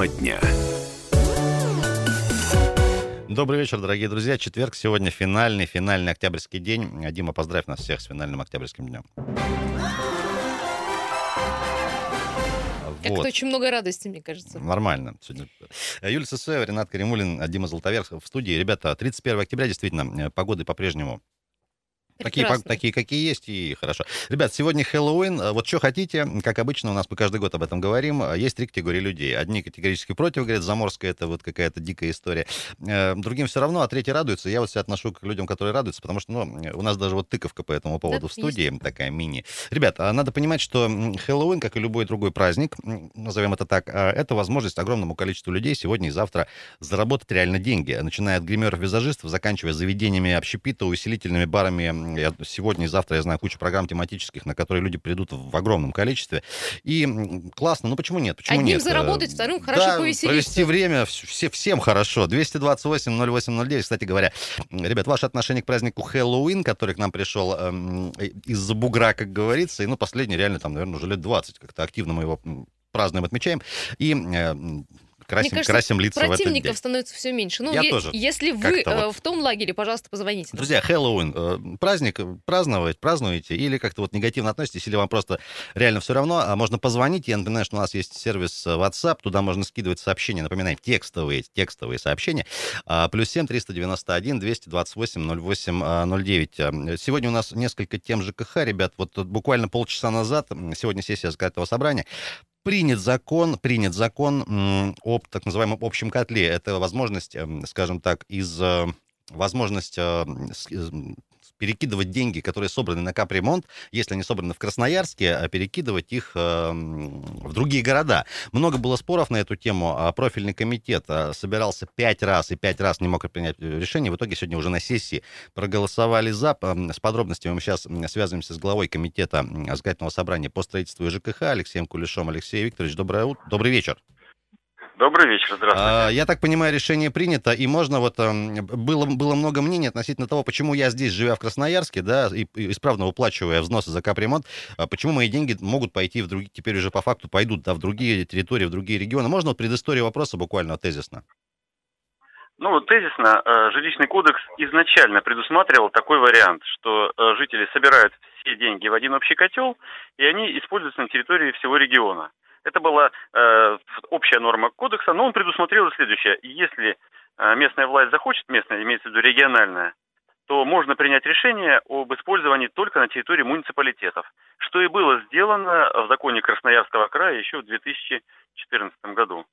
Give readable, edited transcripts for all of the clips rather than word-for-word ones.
Тема дня. Добрый вечер, дорогие друзья. Четверг, сегодня финальный октябрьский день. Дима, поздравь нас всех с финальным октябрьским днем. Как-то очень много радости, мне кажется. Нормально. Сегодня Юлия Сысоева, Ренат Каримулин, Дима Золотоверх в студии. Ребята, 31 октября, действительно, погоды по-прежнему такие, какие есть, и хорошо. Ребят, сегодня Хэллоуин. Вот что хотите, как обычно, у нас мы каждый год об этом говорим. Есть три категории людей. Одни категорически против, говорят, заморская, это вот какая-то дикая история. Другим все равно, а третьи радуются. Я вот себя отношу к людям, которые радуются, потому что, у нас даже вот тыковка по этому поводу в студии, есть такая мини. Ребят, надо понимать, что Хэллоуин, как и любой другой праздник, назовем это так, это возможность огромному количеству людей сегодня и завтра заработать реально деньги, начиная от гримеров-визажистов, заканчивая заведениями общепита, усилительными барами. Сегодня и завтра я знаю кучу программ тематических, на которые люди придут в огромном количестве. И классно, почему нет? Одним заработать, вторым хорошо повеселиться. Провести время всем хорошо. 228-08-09. Кстати говоря, ребят, ваше отношение к празднику Хэллоуин, который к нам пришел из-за бугра, как говорится, и последний реально, наверное, уже лет 20 как-то активно мы его празднуем, отмечаем. И красим лица в этот день. Противников становится все меньше. Я тоже. Если вы в том лагере, пожалуйста, позвоните. Друзья, Хэллоуин, праздник, празднуете, или как-то негативно относитесь, или вам просто реально все равно, можно позвонить. Я напоминаю, что у нас есть сервис WhatsApp, туда можно скидывать сообщения, напоминаю, текстовые сообщения. +7 391 228 08 09. Сегодня у нас несколько тем ЖКХ, ребят. Вот буквально полчаса назад, сегодня сессия законодательного собрания, Принят закон об так называемом общем котле. Это возможность, скажем так, возможность перекидывать деньги, которые собраны на капремонт, если они собраны в Красноярске, перекидывать их в другие города. Много было споров на эту тему. Профильный комитет собирался 5 раз не мог принять решение. В итоге сегодня уже на сессии проголосовали за. С подробностями мы сейчас связываемся с главой комитета законодательного собрания по строительству и ЖКХ Алексеем Кулешом. Алексей Викторович, добрый вечер. Добрый вечер, здравствуйте. Я так понимаю, решение принято, и можно было много мнений относительно того, почему я здесь, живя в Красноярске, да, и исправно выплачивая взносы за капремонт, почему мои деньги могут пойти в другие, теперь уже по факту пойдут, в другие территории, в другие регионы. Можно предысторию вопроса буквально тезисно? Тезисно, жилищный кодекс изначально предусматривал такой вариант, что жители собирают все деньги в один общий котел, и они используются на территории всего региона. Это была общая норма кодекса, но он предусмотрел следующее. Если местная власть захочет, местная, имеется в виду региональная, то можно принять решение об использовании только на территории муниципалитетов, что и было сделано в законе Красноярского края еще в 2014 году.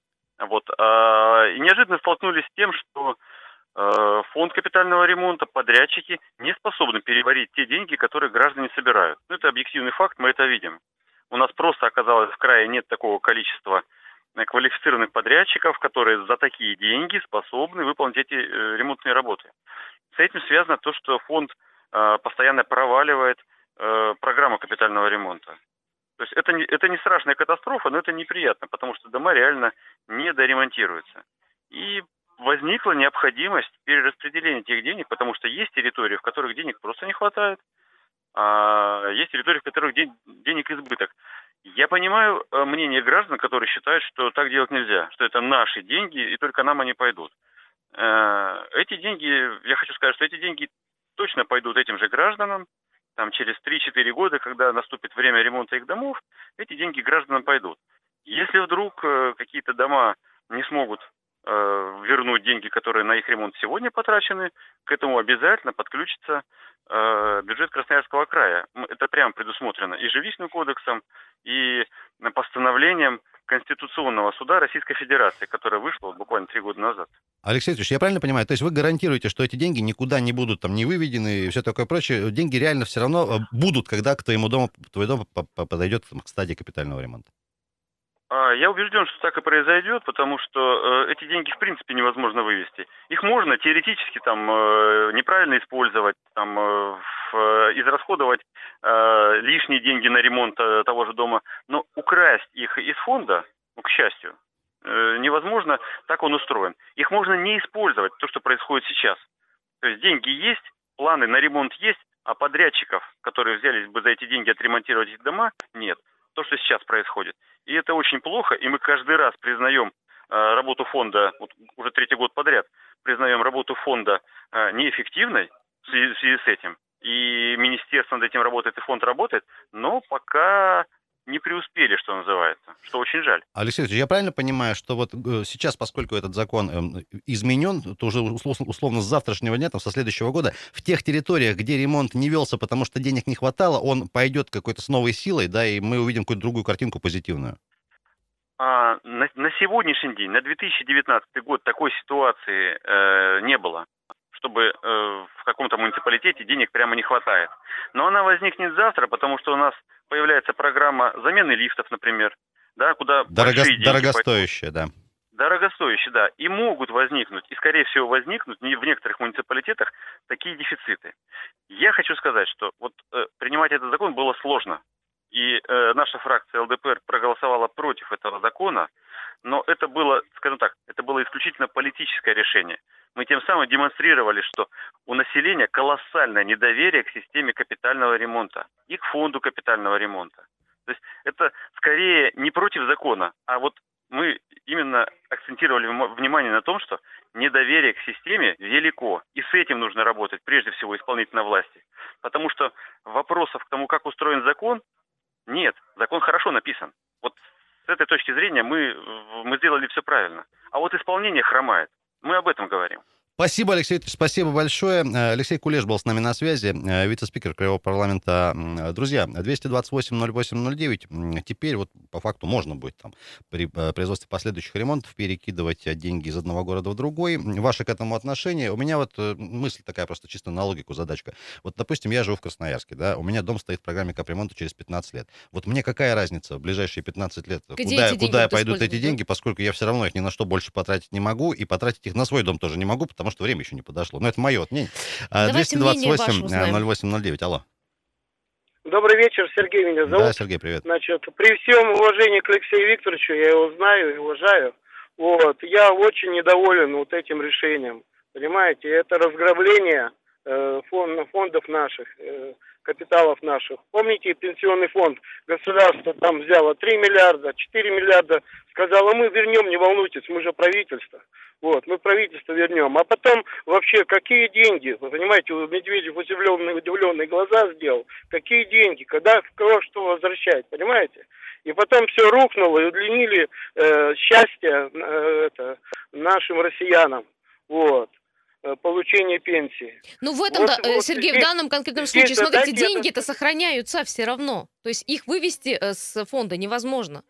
И неожиданно столкнулись с тем, что фонд капитального ремонта, подрядчики не способны переварить те деньги, которые граждане собирают. Это объективный факт, мы это видим. У нас просто оказалось в крае нет такого количества квалифицированных подрядчиков, которые за такие деньги способны выполнить эти ремонтные работы. С этим связано то, что фонд постоянно проваливает программу капитального ремонта. То есть это не страшная катастрофа, но это неприятно, потому что дома реально не доремонтируются. И возникла необходимость перераспределения этих денег, потому что есть территории, в которых денег просто не хватает, а есть территории, в которых денег избыток. Я понимаю мнение граждан, которые считают, что так делать нельзя, что это наши деньги, и только нам они пойдут. Эти деньги, я хочу сказать, что эти деньги точно пойдут этим же гражданам. Через 3-4 года, когда наступит время ремонта их домов, эти деньги гражданам пойдут. Если вдруг какие-то дома не смогут вернуть деньги, которые на их ремонт сегодня потрачены, к этому обязательно подключится бюджет Красноярского края. Это прямо предусмотрено и жилищным кодексом, и постановлением Конституционного суда Российской Федерации, которое вышло буквально 3 года назад. Алексей Викторович, я правильно понимаю, то есть вы гарантируете, что эти деньги никуда не будут не выведены и все такое прочее, деньги реально все равно будут, когда к твоему дому, твой дом подойдет к стадии капитального ремонта? Я убежден, что так и произойдет, потому что эти деньги в принципе невозможно вывести. Их можно теоретически неправильно использовать, израсходовать лишние деньги на ремонт того же дома, но украсть их из фонда, к счастью, невозможно, так он устроен. Их можно не использовать, то, что происходит сейчас. То есть деньги есть, планы на ремонт есть, а подрядчиков, которые взялись бы за эти деньги отремонтировать эти дома, нет. То, что сейчас происходит. И это очень плохо, и мы каждый раз признаем работу фонда, вот уже 3-й год подряд, признаем работу фонда неэффективной в связи с этим, и министерство над этим работает, и фонд работает, но пока не преуспели, что называется, что очень жаль. Алексей Викторович, я правильно понимаю, что вот сейчас, поскольку этот закон изменен, то уже условно с завтрашнего дня, там, со следующего года, в тех территориях, где ремонт не велся, потому что денег не хватало, он пойдет какой-то с новой силой, да, и мы увидим какую-то другую картинку позитивную? На сегодняшний день, на 2019 год такой ситуации не было, чтобы в каком-то муниципалитете денег прямо не хватает. Но она возникнет завтра, потому что у нас появляется программа замены лифтов, например, да, куда большие деньги дорогостоящая, да. Дорогостоящие, да. И могут возникнуть, и скорее всего возникнут в некоторых муниципалитетах такие дефициты. Я хочу сказать, что вот принимать этот закон было сложно. И наша фракция ЛДПР проголосовала против этого закона, но это было, скажем так, это было исключительно политическое решение. Мы тем самым демонстрировали, что у населения колоссальное недоверие к системе капитального ремонта и к фонду капитального ремонта. То есть это скорее не против закона, а вот мы именно акцентировали внимание на том, что недоверие к системе велико, и с этим нужно работать прежде всего исполнительной власти. Потому что вопросов к тому, как устроен закон, нет, закон хорошо написан. Вот с этой точки зрения мы сделали все правильно. А вот исполнение хромает. Мы об этом говорим. Спасибо, Алексей Викторович, спасибо большое. Алексей Кулеш был с нами на связи, вице-спикер Краевого парламента. Друзья, 228-08-09. Теперь вот по факту можно будет там при производстве последующих ремонтов перекидывать деньги из одного города в другой. Ваше к этому отношение? У меня вот мысль такая просто чисто на логику задачка. Вот, допустим, я живу в Красноярске, да, у меня дом стоит в программе капремонта через 15 лет. Вот мне какая разница в ближайшие 15 лет, куда пойдут эти деньги, поскольку я все равно их ни на что больше потратить не могу, и потратить их на свой дом тоже не могу, потому что время еще не подошло. Но это мое мнение. 228-08-09. Алло. Добрый вечер, Сергей меня зовут. Да, Сергей, привет. Значит, при всем уважении к Алексею Викторовичу, я его знаю и уважаю, вот, я очень недоволен вот этим решением. Понимаете, это разграбление фондов наших, капиталов наших. Помните, пенсионный фонд государство там взяло 3 миллиарда, 4 миллиарда, сказало, мы вернем, не волнуйтесь, мы же правительство. Вот, мы правительство вернем. А потом вообще какие деньги? Вы понимаете, у Медведев удивленные глаза сделал. Какие деньги? Когда, кого что возвращать, понимаете? И потом все рухнуло и удлинили счастье нашим россиянам. Вот. Получение пенсии. Ну, в этом, Сергей, в данном конкретном случае, смотрите, деньги-то сохраняются все равно. То есть их вывести с фонда невозможно.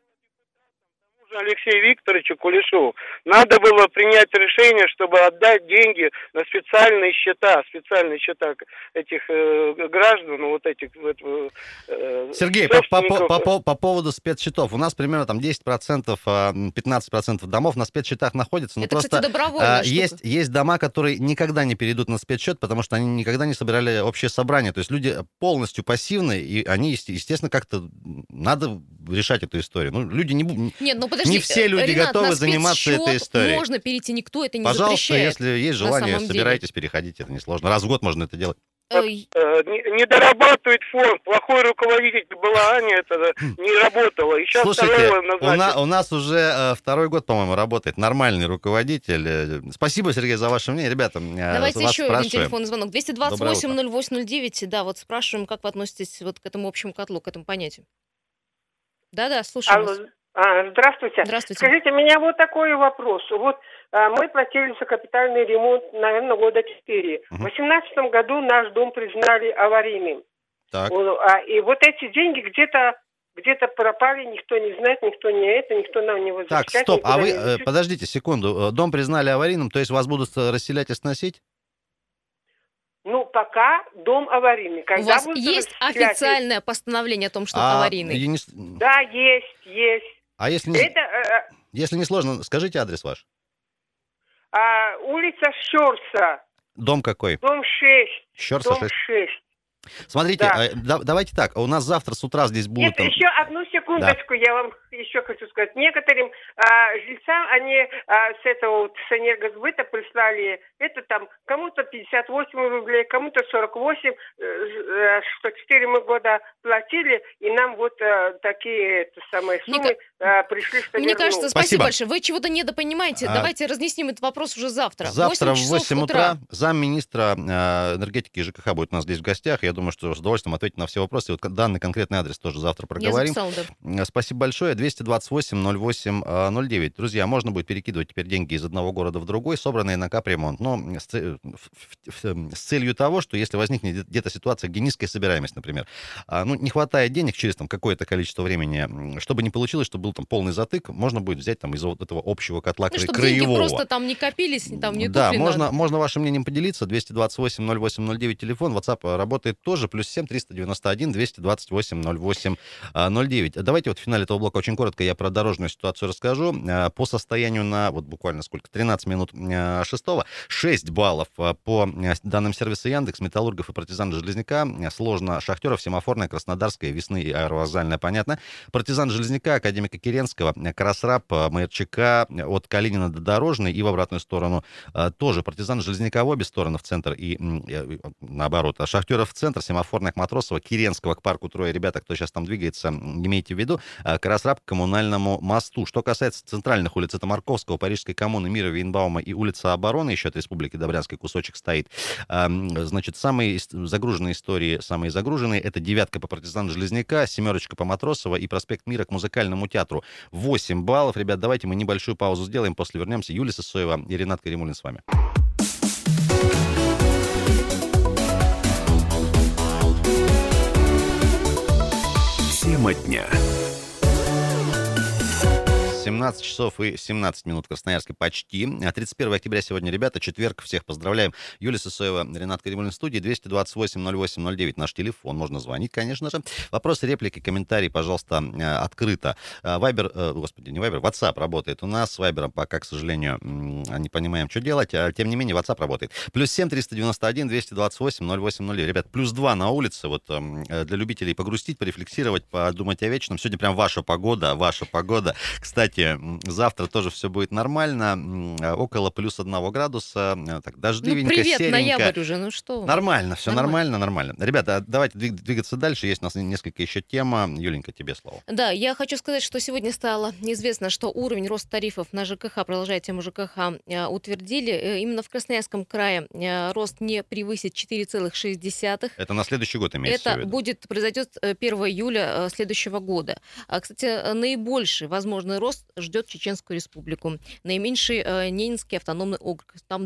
Алексею Викторовичу Кулешу надо было принять решение, чтобы отдать деньги на специальные счета этих граждан, вот этих... Сергей, по поводу спецсчетов. У нас примерно там 10%, 15% домов на спецсчетах находятся. Но это, просто, кстати, добровольно. Есть дома, которые никогда не перейдут на спецсчет, потому что они никогда не собирали общее собрание. То есть люди полностью пассивны, и они, естественно, как-то надо решать эту историю. Ну, люди не все люди готовы заниматься этой историей. Можно перейти, никто это не запрещает. Пожалуйста, если есть желание, собирайтесь, деле. Переходите, это несложно. Раз в год можно это делать. Не дорабатывает фонд. Плохой руководитель была Аня, это не работало. И сейчас слушайте, у нас уже второй год, по-моему, работает нормальный руководитель. Спасибо, Сергей, за ваше мнение. Ребята, давайте еще один телефонный звонок. 228-08-09. Да, вот спрашиваем, как вы относитесь вот к этому общему котлу, к этому понятию. Да, слушаю вас. Здравствуйте. Здравствуйте. Скажите, у меня вот такой вопрос. Вот мы платили за капитальный ремонт, наверное, года 4. В 2018 году наш дом признали аварийным. Так. И вот эти деньги где-то пропали, никто не знает, никто нам не возвращает. Так, стоп, а вы, подождите секунду, дом признали аварийным, то есть вас будут расселять и сносить? Ну, пока дом аварийный. У вас есть официальное постановление о том, что аварийный? Да, есть. А если не сложно, скажите адрес ваш. Улица Щерса. Дом какой? Дом 6. Щерса 6. Смотрите, давайте так, у нас завтра с утра здесь будут... Нет, еще одну секундочку, да. еще хочу сказать, некоторым жильцам они с этого вот с энергосбыта прислали, это там кому-то 58 рублей, кому-то 48, что 4 года платили, и нам вот такие самые суммы пришли, что Мне вернул. кажется, спасибо большое. Вы чего-то недопонимаете. Давайте разъясним этот вопрос уже завтра. Завтра в 8 утра замминистра энергетики и ЖКХ будет у нас здесь в гостях. Я думаю, что с удовольствием ответит на все вопросы. И вот данный конкретный адрес тоже завтра проговорим. Я записала, да. Спасибо большое. 228-08-09. Друзья, можно будет перекидывать теперь деньги из одного города в другой, собранные на капремонт. Но с целью того, что если возникнет где-то ситуация, где низкая собираемость, например, не хватает денег через там какое-то количество времени, чтобы не получилось, чтобы был там полный затык, можно будет взять там из вот этого общего котла краевого. Чтобы деньги просто там не копились, там не да, можно вашим мнением поделиться. 228-08-09 телефон. WhatsApp работает тоже. +7 391 228 08 09. Давайте вот в финале этого блока очень коротко я про дорожную ситуацию расскажу. По состоянию на вот буквально сколько? 13 минут 6-го. 6 баллов по данным сервиса Яндекс, Металлургов и Партизан Железняка. Сложно Шахтеров, Семафорная, Краснодарская, Весны и Аэровокзальная, понятно. Партизан Железняка, Академика Керенского, Красраб, МРЧК от Калинина до Дорожной и в обратную сторону тоже. Партизан Железняка в обе стороны, в центр и наоборот. Шахтеров в центр, Семафорная к Матросова, Керенского к парку Трое. Ребята, кто сейчас там двигается, имейте в виду. Красраб к Коммунальному мосту. Что касается центральных улиц, это Марковского, Парижской коммуны, Мира, Вейнбаума и улица Обороны, еще от Республики Добрянской кусочек стоит. Значит, самые загруженные истории, самые загруженные, это 9-ка по Партизану Железняка, 7-ка по Матросова и проспект Мира к Музыкальному театру. 8 баллов. Ребят, давайте мы небольшую паузу сделаем, после вернемся. Юлия Сысоева и Ренат Каримуллин с вами. Тема дня. 17 часов и 17 минут в Красноярске почти. 31 октября сегодня, ребята, четверг. Всех поздравляем. Юлия Сысоева, Ренат Каримуллин в студии. 228-08-09. Наш телефон. Можно звонить, конечно же. Вопросы, реплики, комментарии, пожалуйста, открыто. Вайбер, не Вайбер, WhatsApp работает у нас. С Вайбером пока, к сожалению, не понимаем, что делать. Тем не менее, WhatsApp работает. +7 391 228 0809. Ребят, +2 на улице. Вот для любителей погрустить, порефлексировать, подумать о вечном. Сегодня прям ваша погода. Кстати, завтра тоже все будет нормально. Около +1 градуса. Так, дождливенько, привет, серенько. ноябрь уже, что? Нормально, все нормально. Ребята, давайте двигаться дальше. Есть у нас несколько еще тем. Юленька, тебе слово. Да, я хочу сказать, что сегодня стало известно, что уровень роста тарифов на ЖКХ, продолжая тему ЖКХ, утвердили. Именно в Красноярском крае рост не превысит 4,6. Это на следующий год имеется в виду? Это произойдет 1 июля следующего года. Кстати, наибольший возможный рост ждет Чеченскую Республику. Наименьший Ненецкий автономный округ. Там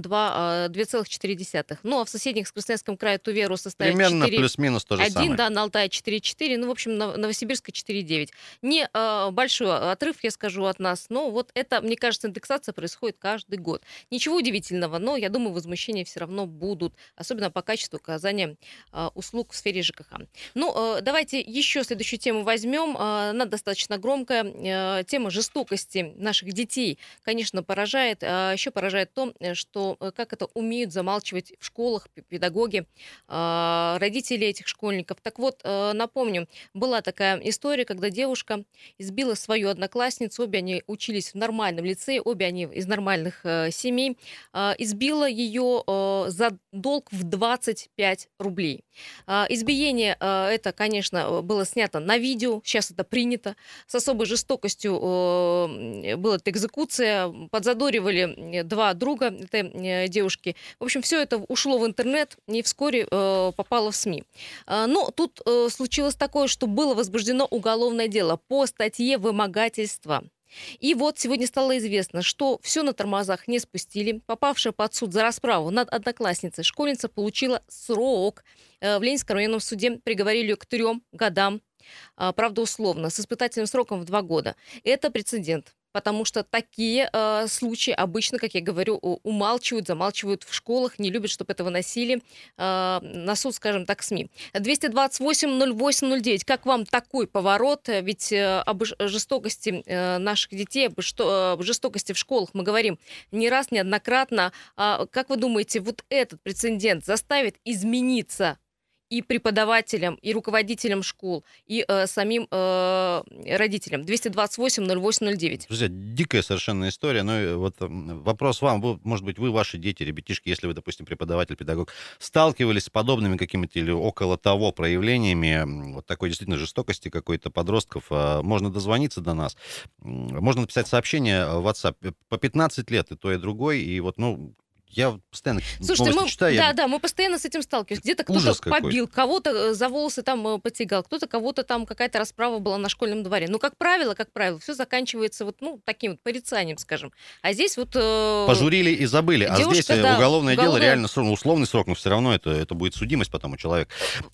2,4. Ну, а в соседних с Красноярском крае Туве рост составит 4,1. Примерно плюс-минус то же самое. Да, на Алтае 4,4. Ну, в общем, Новосибирска 4,9. Не большой отрыв, я скажу, от нас. Но вот это, мне кажется, индексация происходит каждый год. Ничего удивительного, но, я думаю, возмущения все равно будут. Особенно по качеству оказания услуг в сфере ЖКХ. Ну, давайте еще следующую тему возьмем. Она достаточно громкая. Тема жестокости наших детей, конечно, поражает. А еще поражает то, что как это умеют замалчивать в школах педагоги, родители этих школьников. Так вот, напомню, была такая история, когда девушка избила свою одноклассницу, обе они учились в нормальном лицее, обе они из нормальных семей, избила ее за долг в 25 рублей. Избиение это, конечно, было снято на видео, сейчас это принято, с особой жестокостью была эта экзекуция, подзадоривали два друга этой девушки. В общем, все это ушло в интернет и вскоре попало в СМИ. Но тут случилось такое, что было возбуждено уголовное дело по статье «Вымогательство». И вот сегодня стало известно, что все на тормозах не спустили. Попавшая под суд за расправу над одноклассницей школьница получила срок. В Ленинском районном суде приговорили ее к 3 годам, правда, условно, с испытательным сроком в 2 года. Это прецедент. Потому что такие случаи обычно, как я говорю, умалчивают, замалчивают в школах, не любят, чтобы это выносили на суд, скажем так, СМИ. 228-08-09. Как вам такой поворот? Ведь об жестокости наших детей, об жестокости в школах мы говорим не раз, неоднократно. Как вы думаете, вот этот прецедент заставит измениться и преподавателям, и руководителям школ, и самим родителям. 228-08-09. Друзья, дикая совершенно история. Но вот вопрос вам. Может быть, вы, ваши дети, ребятишки, если вы, допустим, преподаватель, педагог, сталкивались с подобными какими-то или около того проявлениями вот такой действительно жестокости какой-то подростков, можно дозвониться до нас. Можно написать сообщение в WhatsApp. По 15 лет и то, и другой. И вот, я постоянно Слушайте, читаю. мы постоянно с этим сталкиваемся. Где-то кто-то побил, кого-то за волосы там потягал, кого-то там какая-то расправа была на школьном дворе. Как правило, все заканчивается таким вот порицанием, скажем. А здесь вот... Пожурили и забыли. Девушка, здесь уголовное дело, реально условный срок, но все равно это будет судимость потом у человека.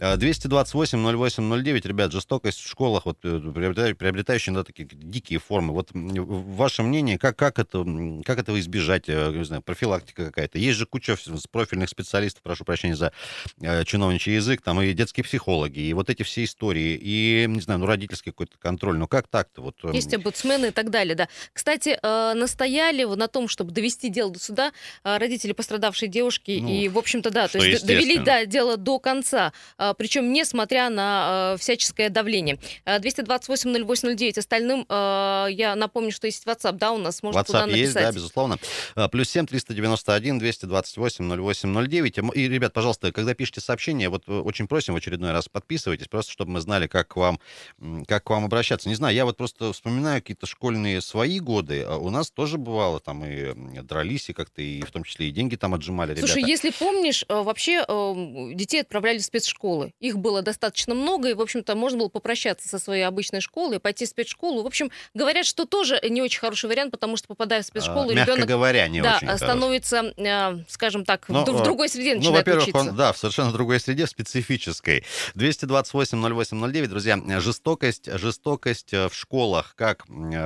228-08-09, ребят, жестокость в школах, приобретающая такие дикие формы. Вот ваше мнение, как этого избежать, не знаю, профилактика какая-то? Есть же куча профильных специалистов, прошу прощения за чиновничий язык, там и детские психологи, и вот эти все истории, и, не знаю, родительский какой-то контроль. Как так-то? Есть омбудсмены и так далее, да. Кстати, настояли на том, чтобы довести дело до суда родители пострадавшей девушки, и, в общем-то, да, то есть довели дело до конца, причем несмотря на всяческое давление. 228-08-09, остальным я напомню, что есть WhatsApp, да, у нас, можно туда написать. Есть, да, безусловно. +7 391 228 0809. И, ребят, пожалуйста, когда пишете сообщение, очень просим в очередной раз подписывайтесь, просто чтобы мы знали, как к вам обращаться. Не знаю, я просто вспоминаю какие-то школьные свои годы. У нас тоже бывало, там и дрались, и как-то, и в том числе и деньги там отжимали ребята. Слушай, если помнишь, вообще детей отправляли в спецшколы. Их было достаточно много, и, в общем-то, можно было попрощаться со своей обычной школой, пойти в спецшколу. В общем, говорят, что тоже не очень хороший вариант, потому что, попадая в спецшколу, мягко ребенок... говоря, не очень становится, скажем так, в другой среде начинает учиться. Во-первых, он, в совершенно другой среде, в специфической. 228-08-09, друзья, жестокость в школах, как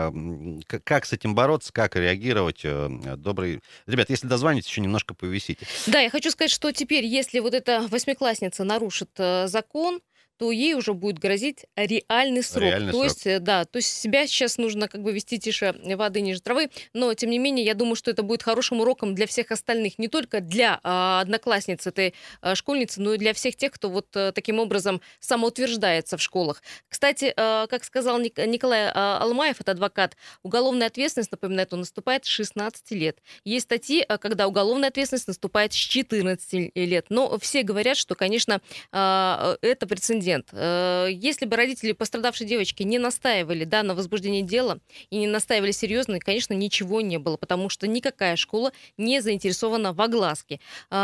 с этим бороться, как реагировать? Ребят, если дозвонитесь, еще немножко повисите. Да, я хочу сказать, что теперь, если вот эта восьмиклассница нарушит закон, то ей уже будет грозить реальный срок. То есть себя сейчас нужно вести тише воды ниже травы, но, тем не менее, я думаю, что это будет хорошим уроком для всех остальных, не только для одноклассниц этой школьницы, но и для всех тех, кто таким образом самоутверждается в школах. Кстати, как сказал Николай Алмаев, это адвокат, уголовная ответственность, напоминает, наступает с 16 лет. Есть статьи, когда уголовная ответственность наступает с 14 лет, но все говорят, что, конечно, это прецедент. Если бы родители пострадавшей девочки не настаивали на возбуждении дела и не настаивали серьезно, конечно, ничего не было, потому что никакая школа не заинтересована в огласке.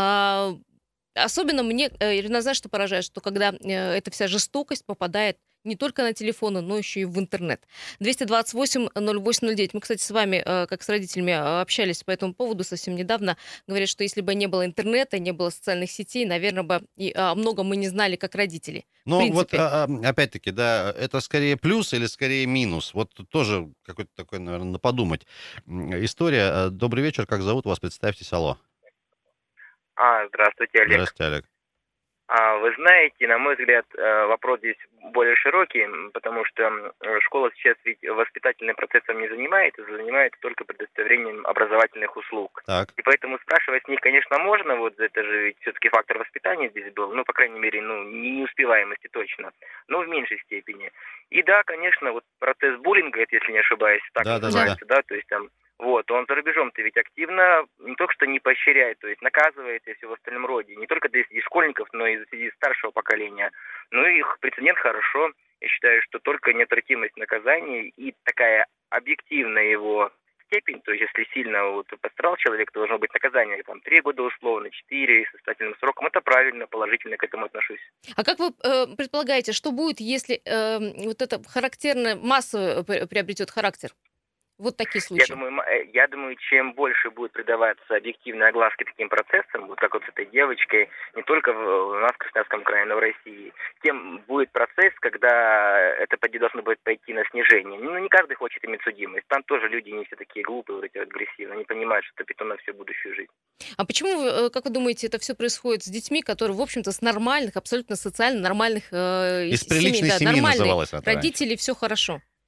Особенно мне, Ирина, знаешь, что поражает, что когда эта вся жестокость попадает не только на телефоны, но еще и в интернет. 228-08-09. Мы, кстати, с вами, как с родителями, общались по этому поводу совсем недавно. Говорят, что если бы не было интернета, не было социальных сетей, наверное, бы и о многом мы не знали, как родители. Опять-таки, да, это скорее плюс или скорее минус? Тоже какой-то такой, наверное, подумать. История. Добрый вечер, как зовут вас? Представьтесь, алло. Здравствуйте, Олег. Здравствуйте, Олег. Вы знаете, на мой взгляд, вопрос здесь более широкий, потому что школа сейчас ведь воспитательным процессом не занимается только предоставлением образовательных услуг. Так. И поэтому спрашивать с них, конечно, можно, это же ведь все-таки фактор воспитания здесь был, по крайней мере, неуспеваемости точно, но в меньшей степени. И да, конечно, процесс буллинга, это, если не ошибаюсь, так называется, да, то есть там он за рубежом-то ведь активно не только что не поощряет, то есть наказывает и все в остальном роде. Не только для школьников, но и среди старшего поколения. Их прецедент хорошо. Я считаю, что только неотвратимость наказания и такая объективная его степень, то есть если сильно пострадал человек, то должно быть наказание 3 года условно, 4 с испытательным сроком. Это правильно, положительно к этому отношусь. А как вы предполагаете, что будет, если это характерное, массово приобретет характер? Вот такие случаи. Я думаю, чем больше будет придаваться объективной огласки таким процессам, как с этой девочкой, не только у нас в Красноярском крае, но и в России, тем будет процесс, когда это должно будет пойти на снижение. Не каждый хочет иметь судимость. Там тоже люди не все такие глупые, агрессивные, они понимают, что это питон на всю будущую жизнь. А почему, как вы думаете, это все происходит с детьми, которые, в общем-то, с нормальных, абсолютно социально нормальных из приличной семьи нормальные называлось это родители, все хорошо?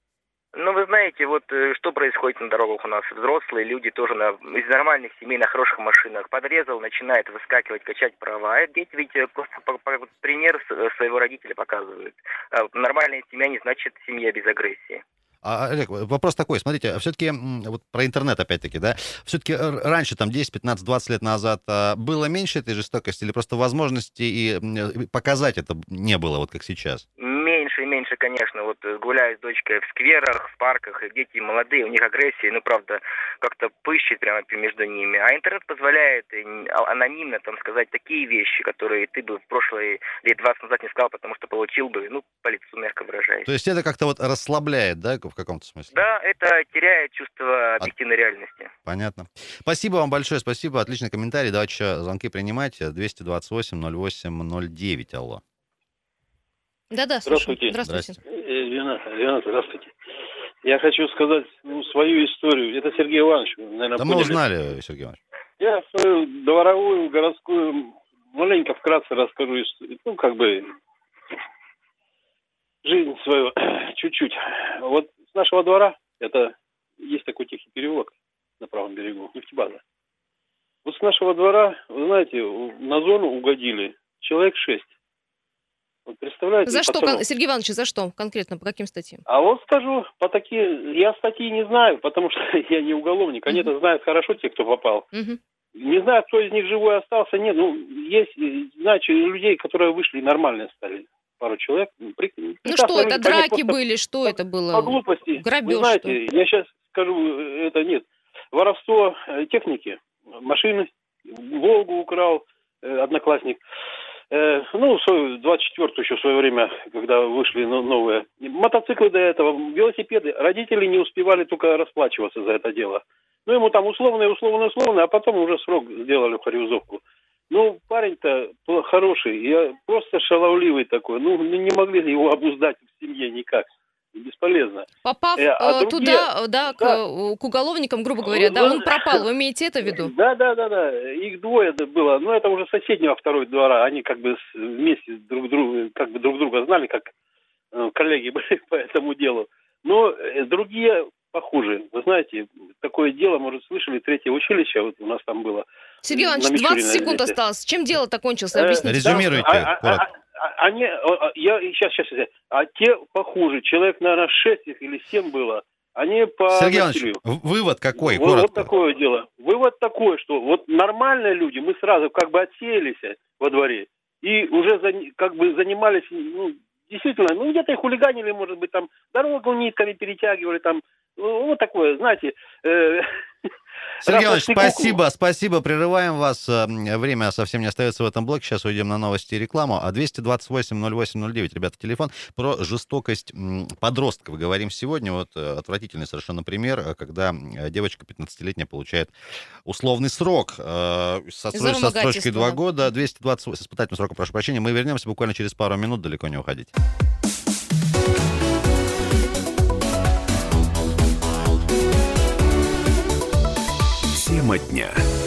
Ну, вы знаете, вот что происходит на дорогах у нас. Взрослые люди тоже из нормальных семей на хороших машинах подрезал, начинает выскакивать, качать права. А дети ведь просто пример своего родителя показывают. Нормальная семья не значит семья без агрессии. Олег, вопрос такой, смотрите, все-таки вот про интернет опять-таки, да, все-таки раньше, там, 10, 15, 20 лет назад было меньше этой жестокости или просто возможности и показать это не было, вот как сейчас? Меньше, конечно. Вот гуляю с дочкой в скверах, в парках, и дети молодые, у них агрессия, ну, правда, как-то пыщет прямо между ними. А интернет позволяет анонимно там сказать такие вещи, которые ты бы в прошлые лет 20 назад не сказал, потому что получил бы, ну, по лицу, мягко выражаясь. То есть это как-то вот расслабляет, да, в каком-то смысле? Да, это теряет чувство объективной реальности. Понятно. Спасибо вам большое, спасибо, отличный комментарий. Давайте еще звонки принимать. 228-08-09, алло. Да-да, Здравствуйте. Здравствуйте. Ренат, здравствуйте. Я хочу сказать свою историю. Это Сергей Иванович, наверное, Да поняли. мы узнали, Сергей Иванович. Я свою дворовую, городскую, маленько вкратце расскажу историю. Ну, как бы, жизнь свою чуть-чуть. Вот с нашего двора, это есть такой тихий переулок на правом берегу, нефтебаза. Вот с нашего двора, вы знаете, на зону угодили человек 6. Вот представляете? За что, пацанов. Сергей Иванович, за что конкретно, по каким статьям? А вот скажу, я статьи не знаю, потому что я не уголовник. Они это знают хорошо, те, кто попал. Не знаю, кто из них живой остался. Нет, ну, есть, знаете, людей, которые вышли, нормально стали. Пару человек. Ну что, это драки были, что это было? По глупости. Грабеж, вы знаете, я сейчас скажу, это нет. Воровство техники, машины, Волгу украл одноклассник. Ну, 24-ю еще в свое время, когда вышли новые. Мотоциклы до этого, велосипеды. Родители не успевали только расплачиваться за это дело. Ну, ему там условно, а потом уже срок сделали в Харьузовку. Ну, парень-то хороший, я просто шаловливый такой. Ну, не могли его обуздать в семье никак. Бесполезно. Попав туда, да, к уголовникам, грубо говоря, да, он пропал. Вы имеете это в виду? Да. Их двое было. Но это уже соседнего второй двора. Они как бы вместе друг друга знали, как коллеги были по этому делу. Но другие похуже. Вы знаете, такое дело, может, слышали, 3-е училище, вот у нас там было. Сергей Иванович, 20 секунд осталось. Чем дело-то кончилось? Объясните. Резюмируйте. Сейчас. А те похуже. Человек, наверное, 6 или 7 было. Они по Сергей насилию. Иванович, вывод какой? Вот такое дело. Вывод такой, что вот нормальные люди, мы сразу как бы отсеялись во дворе и уже как бы занимались, ну, действительно, ну, где-то и хулиганили, может быть, там, дорогу нитками перетягивали, там, ну, вот такое, знаете. Сергей Иванович, спасибо, прерываем вас. Время совсем не остается в этом блоке. Сейчас уйдем на новости и рекламу. А 228-08-09, ребята, телефон. Про жестокость подростков говорим сегодня. Вот отвратительный совершенно пример, когда девочка 15-летняя получает условный срок со срочкой 2 года. 228 с испытательным сроком, прошу прощения. Мы вернемся буквально через пару минут, далеко не уходите. Тема дня.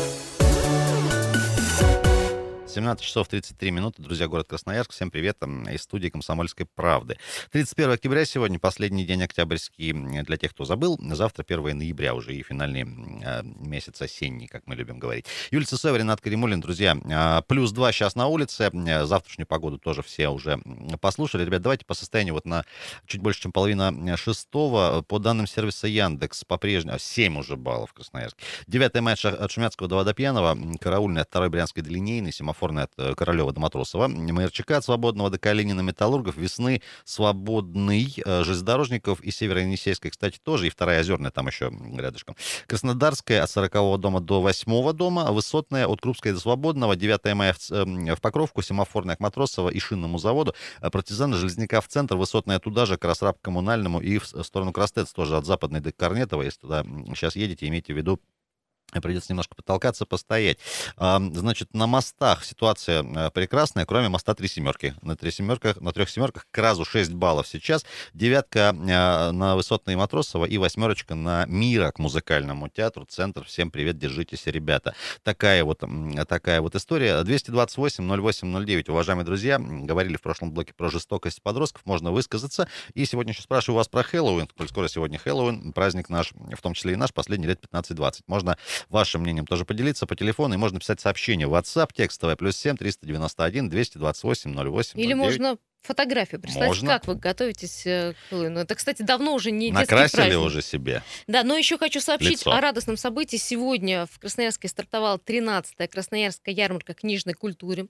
17 часов 33 минуты, друзья, город Красноярск. Всем привет из студии «Комсомольской правды». 31 октября сегодня, последний день октябрьский. Для тех, кто забыл, завтра 1 ноября уже и финальный месяц осенний, как мы любим говорить. Юлия Сысоева, Ренат Каримуллин, друзья, +2 сейчас на улице. Завтрашнюю погоду тоже все уже послушали. Ребят, давайте по состоянию вот на чуть больше, чем половина шестого. По данным сервиса Яндекс, по-прежнему 7 уже баллов в Красноярске. 9 мая от Шумяцкого до Водопьянова, караульный от 2-й Брянской до Линейной, семафорный от Королева до Матросова, МРЧК от Свободного до Калинина, Металлургов, Весны, Свободный, Железнодорожников и Северо-Енисейская, кстати, тоже, и 2-я Озерная там еще рядышком. Краснодарская от 40-го дома до 8-го дома, Высотная от Крупской до Свободного, 9 мая в Покровку, семафорная к Матросова и Шинному заводу, Партизана, Железняка в центр, Высотная туда же, Красраб к Коммунальному и в сторону Крастец тоже от Западной до Корнетова, если туда сейчас едете, имейте в виду Придется немножко потолкаться, постоять. Значит, на мостах ситуация прекрасная, кроме моста Три Семерки. На трех семерках к разу 6 баллов сейчас. 9 на Высотные Матросова и 8 на Мира к музыкальному театру. Центр. Всем привет, держитесь, ребята. Такая вот история. 228-08-09. Уважаемые друзья, говорили в прошлом блоке про жестокость подростков. Можно высказаться. И сегодня еще спрашиваю вас про Хэллоуин. Коль скоро сегодня Хэллоуин, праздник наш, в том числе и наш, последний лет 15-20. Можно вашим мнением тоже поделиться по телефону, и можно писать сообщение в WhatsApp, текстовое, +7 391 228 08 09. Или можно фотографию прислать, Можно. как вы готовитесь к Хэллоуину. Это, кстати, давно уже не детский Накрасили праздник. уже себе. Да, но еще хочу сообщить Лицо. о радостном событии. Сегодня в Красноярске стартовала 13-я Красноярская ярмарка книжной культуры.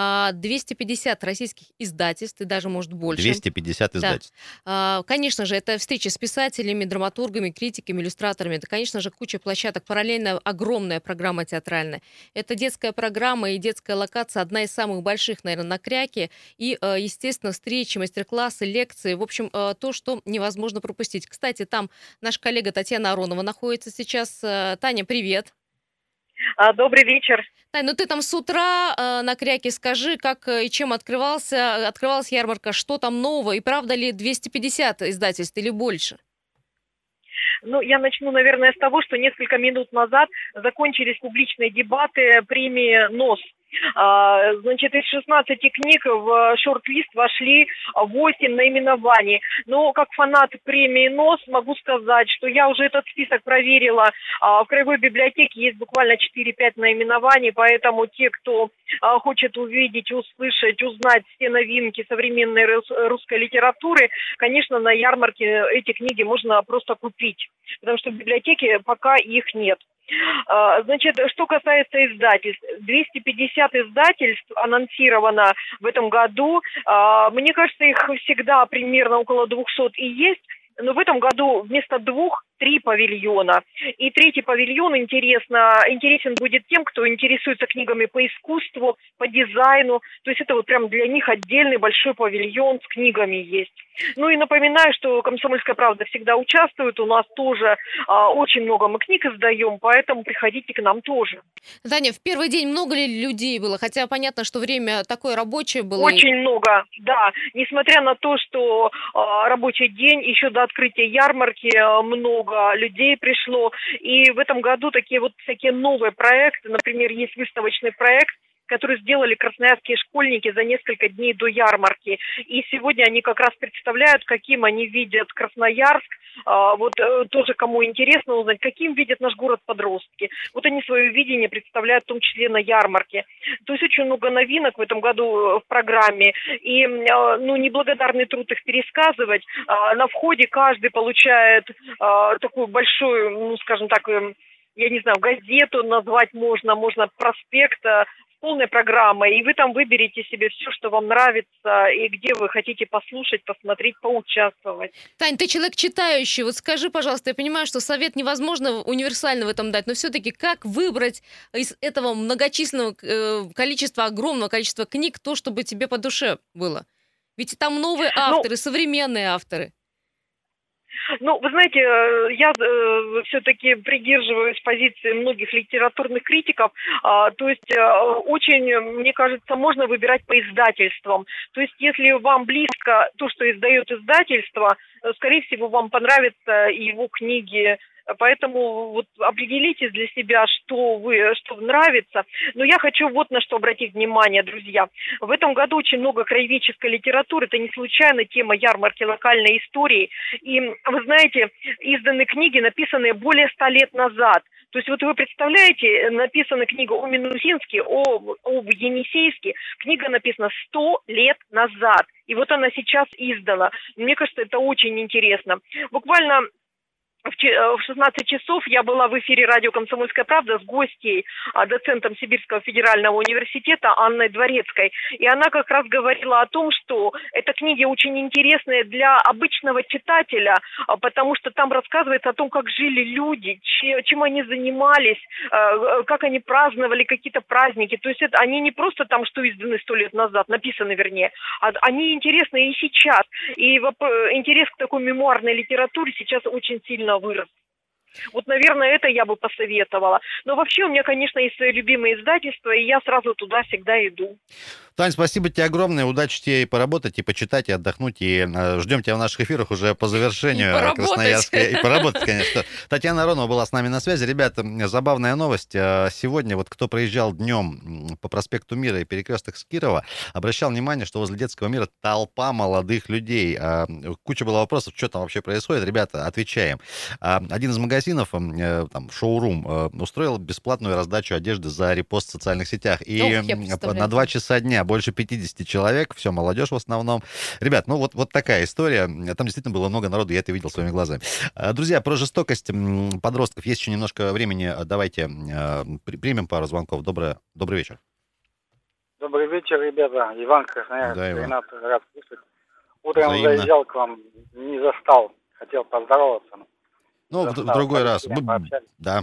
250 российских издательств, и даже, может, больше. 250 издательств. Конечно же, это встречи с писателями, драматургами, критиками, иллюстраторами. Это, конечно же, куча площадок. Параллельно огромная программа театральная. Это детская программа и детская локация, одна из самых больших, наверное, на Кряке. И, естественно, встречи, мастер-классы, лекции. В общем, то, что невозможно пропустить. Кстати, там наш коллега Татьяна Аронова находится сейчас. Таня, привет. Добрый вечер. Тань, ну ты там с утра на Кряке, скажи, как и чем открывалась ярмарка, что там нового, и правда ли 250 издательств или больше? Ну, я начну, наверное, с того, что несколько минут назад закончились публичные дебаты премии НОС. Значит, из 16 книг в шорт-лист вошли 8 наименований. Но как фанат премии НОС могу сказать, что я уже этот список проверила. В Краевой библиотеке есть буквально 4-5 наименований, поэтому те, кто хочет увидеть, услышать, узнать все новинки современной русской литературы, конечно, на ярмарке эти книги можно просто купить, потому что в библиотеке пока их нет. Значит, что касается издательств, 250 издательств анонсировано в этом году. Мне кажется, их всегда примерно около 200 и есть. Но в этом году вместо 2 3 павильона. И третий павильон интересен будет тем, кто интересуется книгами по искусству, по дизайну. То есть это вот прям для них отдельный большой павильон с книгами есть. Ну и напоминаю, что «Комсомольская правда» всегда участвует. У нас тоже очень много мы книг издаем, поэтому приходите к нам тоже. Таня, в первый день много ли людей было? Хотя понятно, что время такое рабочее было. Очень много, да. Несмотря на то, что рабочий день, еще до открытия ярмарки много людей пришло. И в этом году такие вот всякие новые проекты. Например, есть выставочный проект, который сделали красноярские школьники за несколько дней до ярмарки. И сегодня они как раз представляют, каким они видят Красноярск. Вот тоже, кому интересно узнать, каким видят наш город подростки. Вот они свое видение представляют в том числе на ярмарке. То есть очень много новинок в этом году в программе. И неблагодарный труд их пересказывать. На входе каждый получает такую большую, скажем так, я не знаю, газету назвать можно проспект с полной программой, и вы там выберете себе все, что вам нравится, и где вы хотите послушать, посмотреть, поучаствовать. Тань, ты человек читающий, вот скажи, пожалуйста, я понимаю, что совет невозможно универсально в этом дать, но все-таки как выбрать из этого многочисленного количества, огромного количества книг то, чтобы тебе по душе было? Ведь там новые авторы, современные авторы. Ну, вы знаете, я все-таки придерживаюсь позиции многих литературных критиков. То есть очень, мне кажется, можно выбирать по издательствам. То есть если вам близко то, что издает издательство, скорее всего, вам понравятся его книги. Поэтому вот определитесь для себя, что нравится. Но я хочу вот на что обратить внимание, друзья. В этом году очень много краеведческой литературы. Это не случайно тема ярмарки локальной истории. И вы знаете, изданы книги, написанные более 100 лет назад. То есть вот вы представляете, написана книга о Минусинске, об Енисейске. Книга написана 100 лет назад. И вот она сейчас издана. Мне кажется, это очень интересно. Буквально в 16 часов я была в эфире радио «Комсомольская правда» с гостьей, доцентом Сибирского федерального университета Анной Дворецкой. И она как раз говорила о том, что эта книга очень интересная для обычного читателя, потому что там рассказывается о том, как жили люди, чем они занимались, как они праздновали какие-то праздники. То есть это они не просто там, что изданы 100 лет назад, написаны вернее, а они интересны и сейчас. И интерес к такой мемуарной литературе сейчас очень сильно вырос. Вот, наверное, это я бы посоветовала. Но вообще у меня, конечно, есть свои любимые издательства, и я сразу туда всегда иду. Тань, спасибо тебе огромное. Удачи тебе и поработать, и почитать, и отдохнуть. И ждем тебя в наших эфирах уже по завершению Красноярска. И поработать, конечно. Татьяна Аронова была с нами на связи. Ребята, забавная новость. Сегодня вот кто проезжал днем по проспекту Мира и перекресток с Кирова, обращал внимание, что возле детского мира толпа молодых людей. Куча было вопросов, что там вообще происходит. Ребята, отвечаем. Один из магазинов, там, шоурум, устроил бесплатную раздачу одежды за репост в социальных сетях. И на 2 часа дня больше 50 человек, все, молодежь в основном. Ребят, ну вот такая история. Там действительно было много народу, я это видел своими глазами. Друзья, про жестокость подростков есть еще немножко времени. Давайте примем пару звонков. Добрый вечер. Добрый вечер, ребята. Иван Красноярск. Да, Иван. Ренат, рад слышать. Утром Взаимно. заезжал к вам, не застал. Хотел поздороваться. Ну, в другой раз. Да.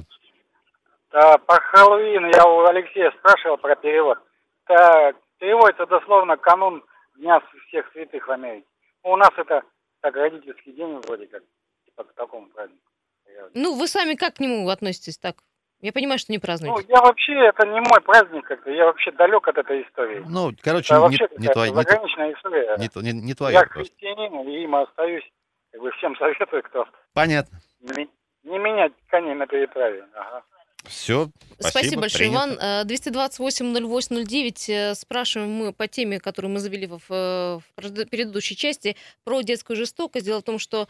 По Хэллоуину я у Алексея спрашивал про перевод. Переводится дословно канун Дня всех святых в Америке. У нас это так родительский день вроде как, типа к такому празднику. Ну, вы сами как к нему относитесь так? Я понимаю, что не празднуете. Ну, я вообще, это не мой праздник как-то, я вообще далек от этой истории. Ну, короче, это вообще не твоя. Заграничная история. Не твоя. Я христианин, и им остаюсь. Как бы всем советую, кто... Понятно. Не менять коней на переправе. Ага. Все, спасибо большое, принято. Иван. 228-08-09. Спрашиваем мы по теме, которую мы завели в предыдущей части, про детскую жестокость. Дело в том, что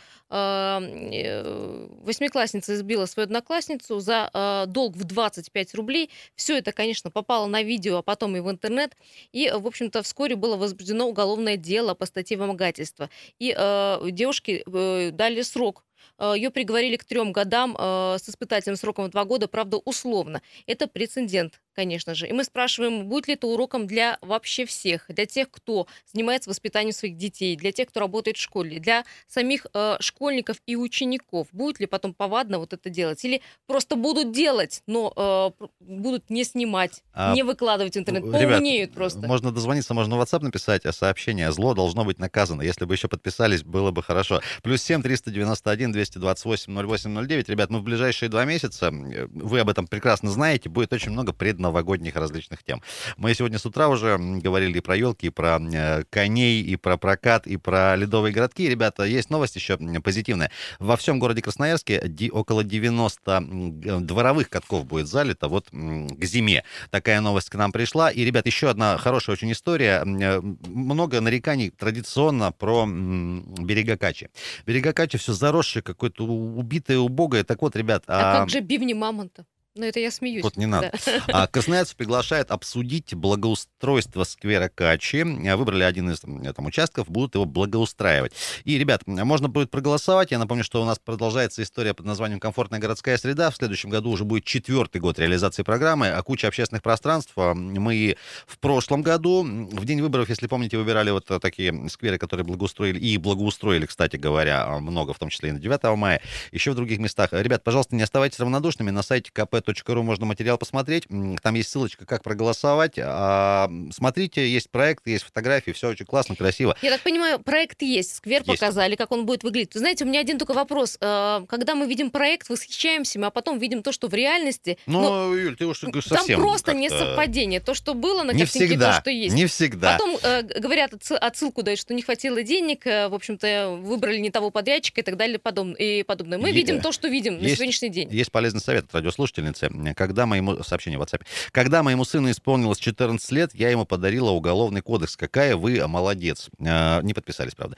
восьмиклассница избила свою одноклассницу за долг в 25 рублей. Все это, конечно, попало на видео, а потом и в интернет. И, в общем-то, вскоре было возбуждено уголовное дело по статье вымогательства. И девушке дали срок. Ее приговорили к 3 годам с испытательным сроком в 2 года, правда, условно. Это прецедент, конечно же. И мы спрашиваем, будет ли это уроком для вообще всех, для тех, кто занимается воспитанием своих детей, для тех, кто работает в школе, для самих школьников и учеников. Будет ли потом повадно вот это делать? Или просто будут делать, но будут не снимать, не выкладывать в интернет, поумнеют просто. Можно дозвониться, можно в WhatsApp написать сообщение. Зло должно быть наказано. Если бы еще подписались, было бы хорошо. +7 391 228 0809. Ребят, мы в ближайшие 2 месяца, вы об этом прекрасно знаете, будет очень много предновогодних различных тем. Мы сегодня с утра уже говорили и про елки, и про коней, и про прокат, и про ледовые городки. Ребята, есть новость еще позитивная. Во всем городе Красноярске около 90 дворовых катков будет залито вот к зиме. Такая новость к нам пришла. И, ребят, еще одна хорошая очень история. Много нареканий традиционно про берега Качи. Берега Качи все заросшее, какое-то убитое, убогое. Так вот, ребят... А как же бивни мамонта? Ну, это я смеюсь. Вот не надо. Да. Красноярцев приглашает обсудить благоустройство сквера Качи. Выбрали один из там участков, будут его благоустраивать. И, ребят, можно будет проголосовать. Я напомню, что у нас продолжается история под названием «Комфортная городская среда». В следующем году уже будет 4-й год реализации программы. А куча общественных пространств. Мы в прошлом году, в день выборов, если помните, выбирали вот такие скверы, которые благоустроили. И благоустроили, кстати говоря, много, в том числе и на 9 мая. Еще в других местах. Ребят, пожалуйста, не оставайтесь равнодушными. На сайте kp.ru можно материал посмотреть. Там есть ссылочка, как проголосовать. Смотрите, есть проект, есть фотографии, все очень классно, красиво. Я так понимаю, проект есть, сквер есть. Показали, как он будет выглядеть. Вы знаете, у меня один только вопрос. Когда мы видим проект, восхищаемся, а потом видим то, что в реальности... Ну, Юль, ты уж совсем... Там просто не совпадение. То, что было на картинке, то, что есть. Не всегда. Потом говорят, отсылку дают, что не хватило денег, в общем-то, выбрали не того подрядчика и так далее и подобное. Мы видим то, что видим на сегодняшний день. Есть полезный совет от радиослушательницы. Сообщение в WhatsApp. Когда моему сыну исполнилось 14 лет, я ему подарила уголовный кодекс. Какая вы молодец. Не подписались, правда.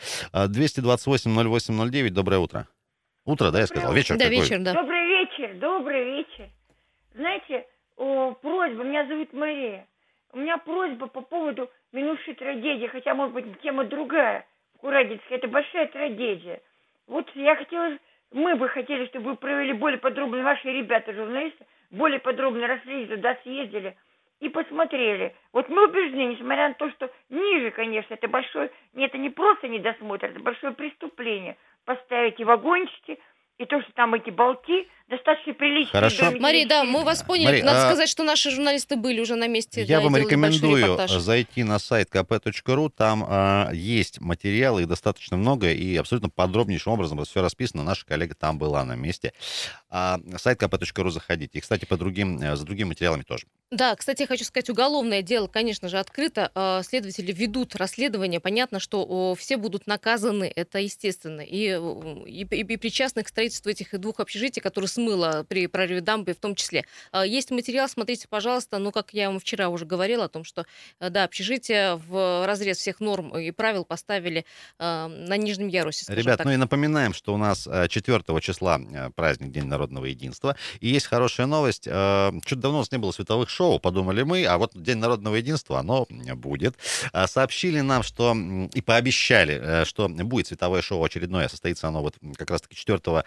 228-08-09. Доброе утро. Утро, да, я сказал? Вечер да, какой? Вечер, да. Добрый вечер. Знаете, просьба, меня зовут Мария. У меня просьба по поводу минувшей трагедии, хотя, может быть, тема другая. В Курадинске это большая трагедия. Вот мы бы хотели, чтобы вы провели более подробно, ваши ребята, журналисты, более подробно расследовали, туда съездили и посмотрели. Вот мы убеждены, несмотря на то, что ниже, конечно, это большое, это не просто недосмотр, это большое преступление. Поставить и вагончики, и то, что там эти болты достаточно приличные. Хорошо. домики. Мария, да, мы вас поняли. Мария, Надо сказать, что наши журналисты были уже на месте. Я да, вам и делали большой рекомендую репортаж. зайти на сайт kp.ru, там есть материалы, их достаточно много, и абсолютно подробнейшим образом это все расписано. Наша коллега там была на месте. Сайт kp.ru заходите. И, кстати, за другими материалами тоже. Да, кстати, я хочу сказать, уголовное дело, конечно же, открыто. Следователи ведут расследование. Понятно, что все будут наказаны, это естественно. И причастных к строительству этих двух общежитий, которые смыло при прорыве дамбы в том числе. Есть материал, смотрите, пожалуйста. Ну, как я вам вчера уже говорила о том, что, да, общежитие в разрез всех норм и правил поставили на нижнем ярусе. Ребят, так. ну и напоминаем, что у нас 4 числа праздник День народного единства. И есть хорошая новость. Чуть давно у нас не было световых шоу, подумали мы, а вот День народного единства, оно будет. Сообщили нам, что и пообещали, что будет световое шоу очередное, состоится оно вот как раз-таки 4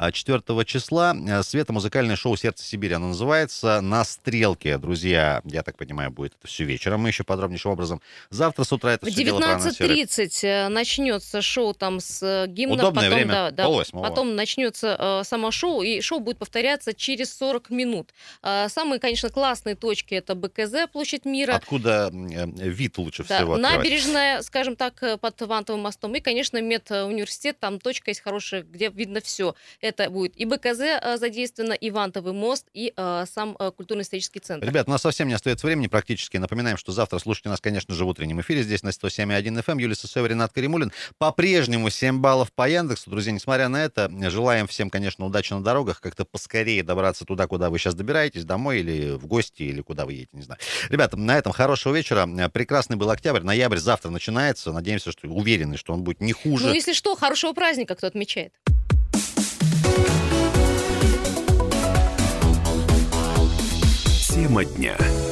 числа. Светомузыкальное шоу «Сердце Сибири» оно называется. На Стрелке, друзья, я так понимаю, будет это все вечером. Мы еще подробнейшим образом завтра с утра это в все дело проанонсируем. 19:30 начнется шоу там с гимном. Удобное потом, время, полвосьмого. потом начнется само шоу, и шоу будет повторяться через 40 минут. Самые, конечно, классные точки — это БКЗ, площадь Мира. Откуда вид лучше всего открывать? Набережная, скажем так, под Вантовым мостом. И, конечно, медуниверситет, там точка есть хорошая, где видно все. Это будет и БКЗ задействовано, и Вантовый мост, и сам культурно-исторический центр. Ребят, у нас совсем не остается времени практически. Напоминаем, что завтра слушайте нас, конечно же, в утреннем эфире здесь на 107.1 FM. Юлия Сысоева, Ренат Каримулин. По-прежнему 7 баллов по Яндексу. Друзья, несмотря на это, желаем всем, конечно, удачи на дорогах, как-то поскорее добраться туда, куда вы сейчас добираетесь, домой или в гости, или куда вы едете, не знаю. Ребята, на этом хорошего вечера. Прекрасный был октябрь. Ноябрь завтра начинается. Надеемся, что уверены, что он будет не хуже. Ну, если что, хорошего праздника кто отмечает. Тема дня.